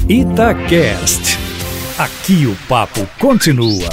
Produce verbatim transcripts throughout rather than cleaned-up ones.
Itacast. Aqui o papo continua.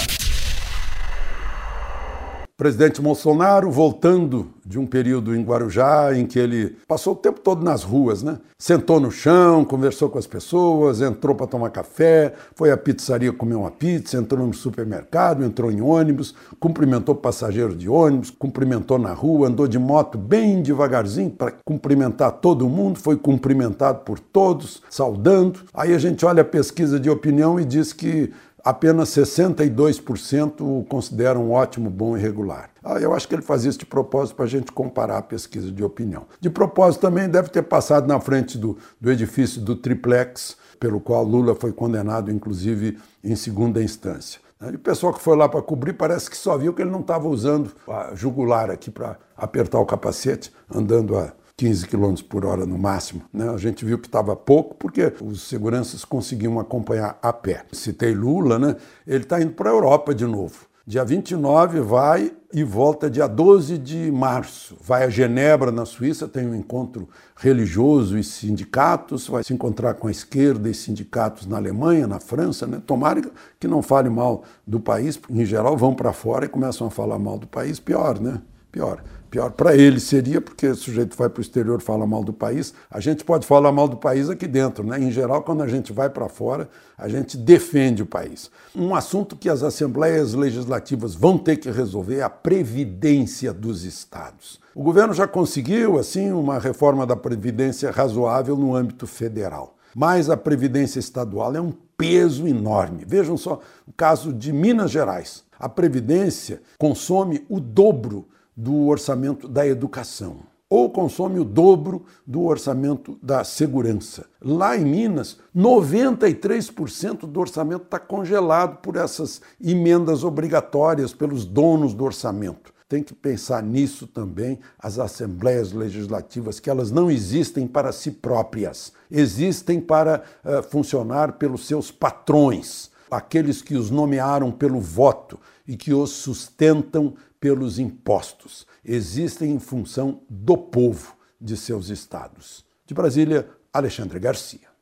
Presidente Bolsonaro voltando de um período em Guarujá em que ele passou o tempo todo nas ruas, né? Sentou no chão, conversou com as pessoas, entrou para tomar café, foi à pizzaria comer uma pizza, entrou no supermercado, entrou em ônibus, cumprimentou passageiros de ônibus, cumprimentou na rua, andou de moto bem devagarzinho para cumprimentar todo mundo, foi cumprimentado por todos, saudando. Aí a gente olha a pesquisa de opinião e diz que apenas sessenta e dois por cento o consideram ótimo, bom e regular. Ah, eu acho que ele fazia isso de propósito para a gente comparar a pesquisa de opinião. De propósito também deve ter passado na frente do, do edifício do triplex, pelo qual Lula foi condenado, inclusive, em segunda instância. E o pessoal que foi lá para cobrir parece que só viu que ele não estava usando a jugular aqui para apertar o capacete, andando a quinze quilômetros por hora no máximo, né? A gente viu que estava pouco porque os seguranças conseguiam acompanhar a pé. Citei Lula, né? Ele está indo para a Europa de novo. Dia vinte e nove vai e volta dia doze de março. Vai a Genebra, na Suíça, tem um encontro religioso e sindicatos, vai se encontrar com a esquerda e sindicatos na Alemanha, na França, né? Tomara que não fale mal do país, porque em geral vão para fora e começam a falar mal do país, pior, né? Pior. Pior para ele seria, porque o sujeito vai para o exterior e fala mal do país. A gente pode falar mal do país aqui dentro, né? Em geral, quando a gente vai para fora, a gente defende o país. Um assunto que as assembleias legislativas vão ter que resolver é a previdência dos estados. O governo já conseguiu, assim, uma reforma da previdência razoável no âmbito federal. Mas a previdência estadual é um peso enorme. Vejam só o caso de Minas Gerais. A previdência consome o dobro do orçamento da educação, ou consome o dobro do orçamento da segurança. Lá em Minas, noventa e três por cento do orçamento está congelado por essas emendas obrigatórias pelos donos do orçamento. Tem que pensar nisso também as assembleias legislativas, que elas não existem para si próprias, existem para uh, funcionar pelos seus patrões, aqueles que os nomearam pelo voto e que os sustentam pelos impostos. Existem em função do povo de seus estados. De Brasília, Alexandre Garcia.